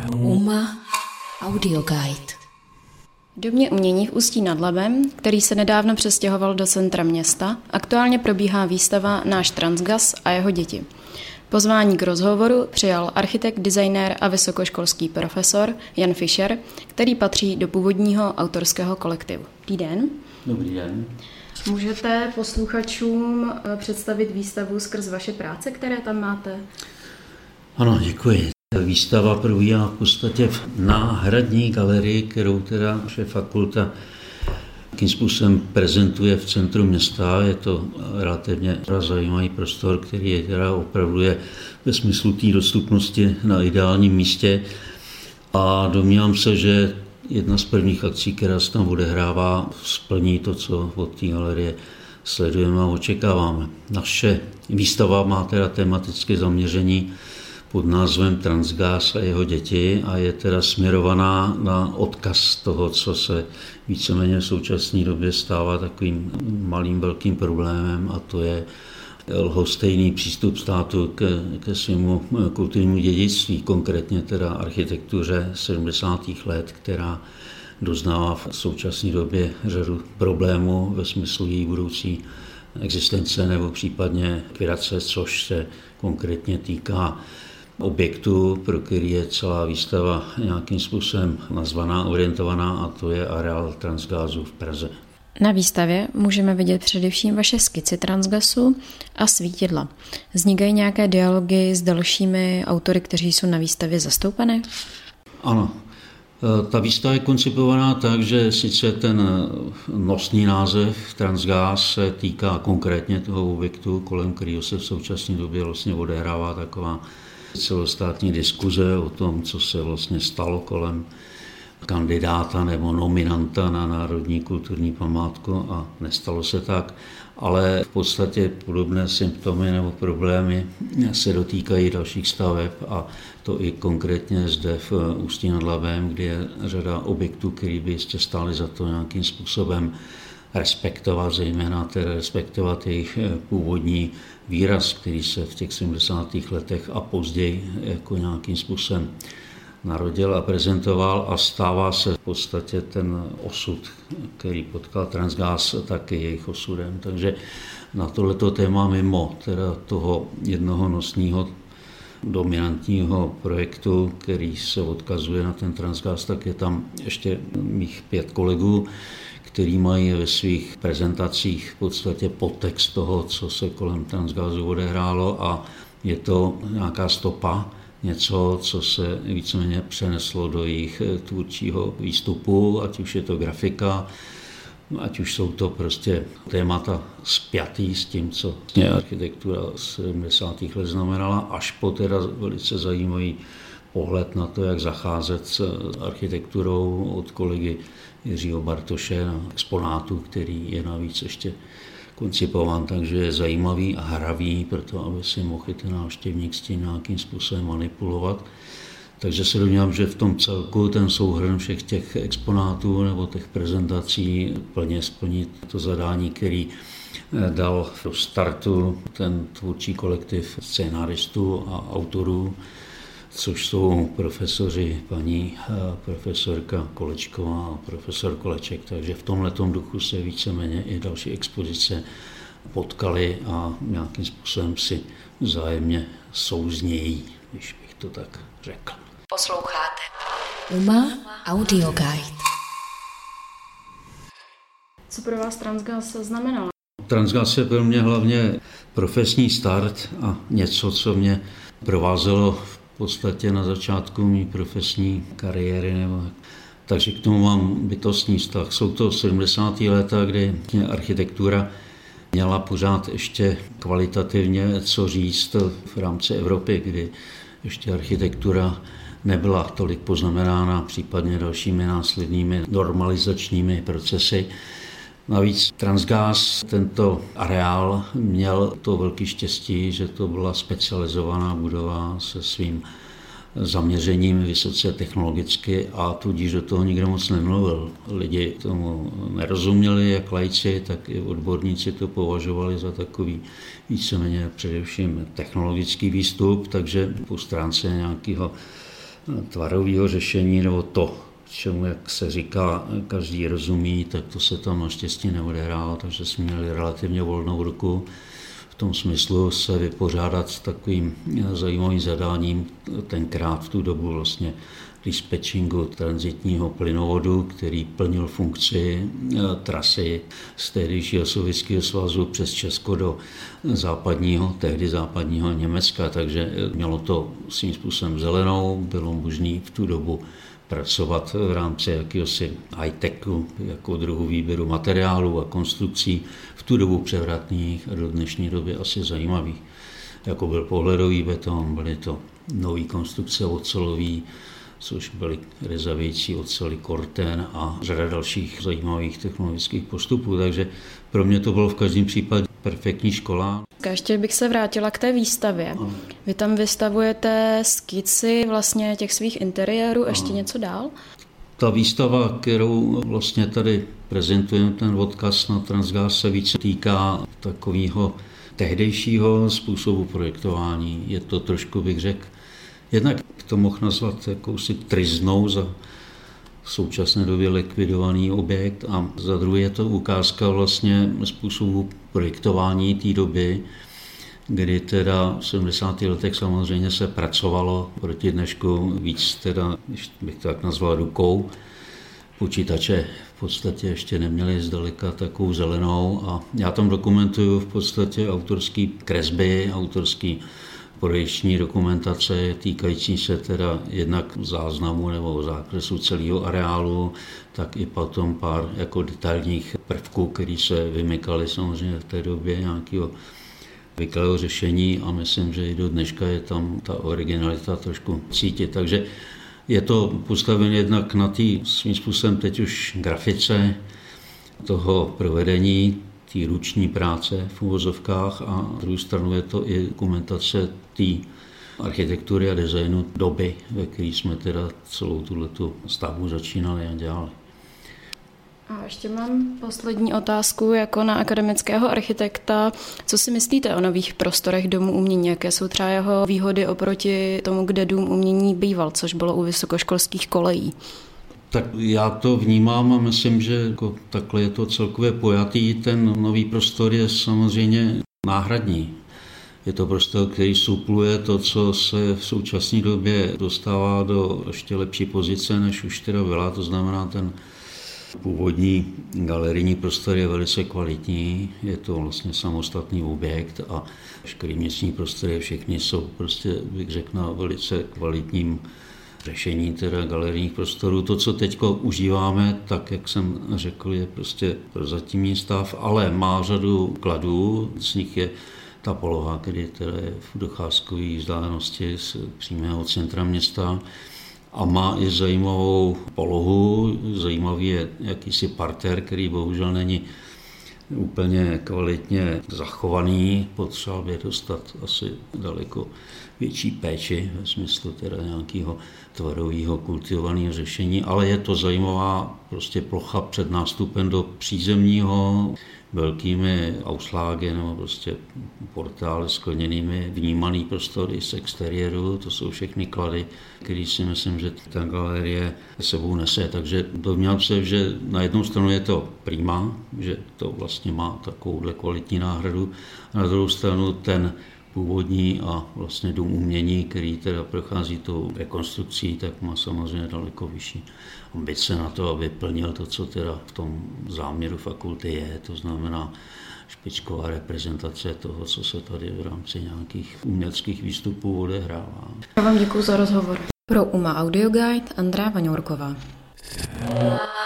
UMA Audio Guide. V Domě umění v Ústí nad Labem, který se nedávno přestěhoval do centra města, aktuálně probíhá výstava Náš transgas a jeho děti. Pozvání k rozhovoru přijal architekt, designér a vysokoškolský profesor Jan Fischer, který patří do původního autorského kolektivu. Dobrý den. Dobrý den. Můžete posluchačům představit výstavu skrz vaše práce, které tam máte? Ano, děkuji. Výstava probíhá v podstatě v náhradní galerii, kterou teda naše fakulta jakým způsobem prezentuje v centru města. Je to relativně zajímavý prostor, který je teda opravdu ve smyslu té dostupnosti na ideálním místě. A domnívám se, že jedna z prvních akcí, která se tam odehrává, splní to, co od té galerie sledujeme a očekáváme. Naše výstava má teda tematické zaměření pod názvem Transgas a jeho děti a je teda směrovaná na odkaz toho, co se víceméně v současné době stává takovým malým velkým problémem, a to je lhostejný přístup státu ke svému kulturnímu dědictví, konkrétně teda architektuře 70. let, která doznává v současné době řadu problémů ve smyslu její budoucí existence nebo případně likvidace, což se konkrétně týká objektu, pro který je celá výstava nějakým způsobem nazvaná, orientovaná, a to je areál Transgasu v Praze. Na výstavě můžeme vidět především vaše skici Transgasu a svítidla. Vznikají nějaké dialogy s dalšími autory, kteří jsou na výstavě zastoupeny? Ano. Ta výstava je koncipovaná tak, že sice ten nosný název Transgas se týká konkrétně toho objektu, kolem kterého se v současné době vlastně odehrává taková celostátní diskuze o tom, co se vlastně stalo kolem kandidáta nebo nominanta na národní kulturní památku, a nestalo se tak, ale v podstatě podobné symptomy nebo problémy se dotýkají dalších staveb, a to i konkrétně zde v Ústí nad Labem, kde je řada objektů, které by jistě stály za to nějakým způsobem respektovat, zejména tedy respektovat jejich původní výraz, který se v těch 70. letech a později jako nějakým způsobem narodil a prezentoval, a stává se v podstatě ten osud, který potkal Transgas, taky jejich osudem. Takže na tohleto téma mimo teda toho jednoho nosního dominantního projektu, který se odkazuje na ten Transgas, tak je tam ještě mých 5 kolegů, který mají ve svých prezentacích v podstatě podtext toho, co se kolem Transgasu odehrálo, a je to nějaká stopa, něco, co se víceméně přeneslo do jejich tvůrčího výstupu, ať už je to grafika, ať už jsou to prostě témata spjatý s tím, co architektura 70. let znamenala, až po teda velice zajímavý pohled na to, jak zacházet s architekturou od kolegy Jiřího Bartoše na exponátu, který je navíc ještě koncipován, takže je zajímavý a hravý, proto aby si mohl i ten návštěvník s tím nějakým způsobem manipulovat. Takže se domnívám, že v tom celku ten souhrn všech těch exponátů nebo těch prezentací plně splní to zadání, který dal do startu ten tvůrčí kolektiv scénáristů a autorů, což jsou profesoři, paní profesorka Kolečková a profesor Koleček. Takže v tomhletom duchu se víceméně i další expozice potkali a nějakým způsobem si vzájemně souznějí, když bych to tak řekl. Posloucháte UMA Audio Guide. Co pro vás Transgas znamenalo? Transgas je pro mě hlavně profesní start a něco, co mě provázelo v podstatě na začátku mé profesní kariéry. Takže k tomu mám bytostný vztah. Jsou to 70. léta, kdy architektura měla pořád ještě kvalitativně co říct v rámci Evropy, kdy ještě architektura nebyla tolik poznamenána případně dalšími následnými normalizačními procesy. Navíc Transgas, tento areál, měl to velké štěstí, že to byla specializovaná budova se svým zaměřením vysoce technologicky, a tudíž do toho nikdo moc nemluvil. Lidi tomu nerozuměli, jak laici, tak i odborníci to považovali za takový víceméně především technologický výstup, takže po stránce nějakého tvarového řešení, nebo to, čemu, jak se říká, každý rozumí, tak to se tam naštěstí neodehrálo, takže jsme měli relativně volnou ruku v tom smyslu se vypořádat s takovým zajímavým zadáním tenkrát v tu dobu vlastně dispatchingu tranzitního plynovodu, který plnil funkci trasy z tehdejšího Sovětského svazu přes Česko do tehdy západního Německa, takže mělo to svým způsobem zelenou, bylo možné v tu dobu pracovat v rámci jakéhosi high-techu, jako druhu výběru materiálů a konstrukcí, v tu dobu převratných a do dnešní doby asi zajímavých. Jako byl pohledový beton, byly to nové konstrukce ocelový, což byly rezavějící ocely Corten a řada dalších zajímavých technologických postupů, takže pro mě to bylo v každém případě perfektní škola. Ještě bych se vrátila k té výstavě. Vy tam vystavujete skici vlastně těch svých interiérů, ještě něco dál? Ta výstava, kterou vlastně tady prezentujeme, ten odkaz na Transgas, se více týká takového tehdejšího způsobu projektování. Je to trošku, bych řekl, jednak to mohl nazvat jakousi tryznou za v současné době likvidovaný objekt a za druhé je to ukázka vlastně způsobu projektování té doby, kdy teda v 70. letech samozřejmě se pracovalo proti dnešku víc teda, když bych to tak nazval, rukou. Počítače v podstatě ještě neměli zdaleka takovou zelenou a já tam dokumentuju v podstatě autorský kresby, autorský projekční dokumentace týkající se teda jednak záznamu nebo zákresu celého areálu, tak i potom pár jako detailních prvků, které se vymykaly samozřejmě v té době nějakého vyklého řešení a myslím, že i do dneška je tam ta originalita trošku cítit. Takže je to postavené jednak na té svým způsobem teď už grafice toho provedení, té ruční práce v uvozovkách a na druhou stranu je to i dokumentace té architektury a designu doby, ve které jsme teda celou tuhletu stavbu začínali a dělali. A ještě mám poslední otázku jako na akademického architekta. Co si myslíte o nových prostorech Domu umění? Jaké jsou třeba jeho výhody oproti tomu, kde Dům umění býval, což bylo u vysokoškolských kolejí? Tak já to vnímám a myslím, že jako takhle je to celkově pojatý. Ten nový prostor je samozřejmě náhradní. Je to prostor, který supluje to, co se v současné době dostává do ještě lepší pozice, než už teda byla. To znamená, ten původní galerijní prostor je velice kvalitní, je to vlastně samostatný objekt a veškerý městní prostory všechny jsou prostě, bych řekl, na velice kvalitním řešení teda galerijních prostorů. To, co teď užíváme, tak jak jsem řekl, je prostě prozatímní stav, ale má řadu kladů, z nich je ta poloha, kdy teda je v docházkové vzdálenosti z přímého centra města a má i zajímavou polohu, zajímavý je jakýsi parter, který bohužel není úplně kvalitně zachovaný, potřeboval by dostat asi daleko větší péči ve smyslu teda nějakého tvarového kultivovaného řešení, ale je to zajímavá prostě plocha před nástupem do přízemního velkými auslágy nebo prostě portály skleněnými vnímaný prostory z exteriéru, to jsou všechny klady, které si myslím, že ta galerie sebou nese. Takže domnívám se, že na jednu stranu je to prima, že to vlastně má takovouhle kvalitní náhradu, a na druhou stranu ten původní a vlastně Dům umění, který teda prochází tou rekonstrukcí, tak má samozřejmě daleko vyšší ambice na to, aby plnil to, co teda v tom záměru fakulty je, to znamená špičková reprezentace toho, co se tady v rámci nějakých uměleckých výstupů odehrává. Já vám děkuji za rozhovor. Pro UMA Audio Guide Andrea Vaňourková.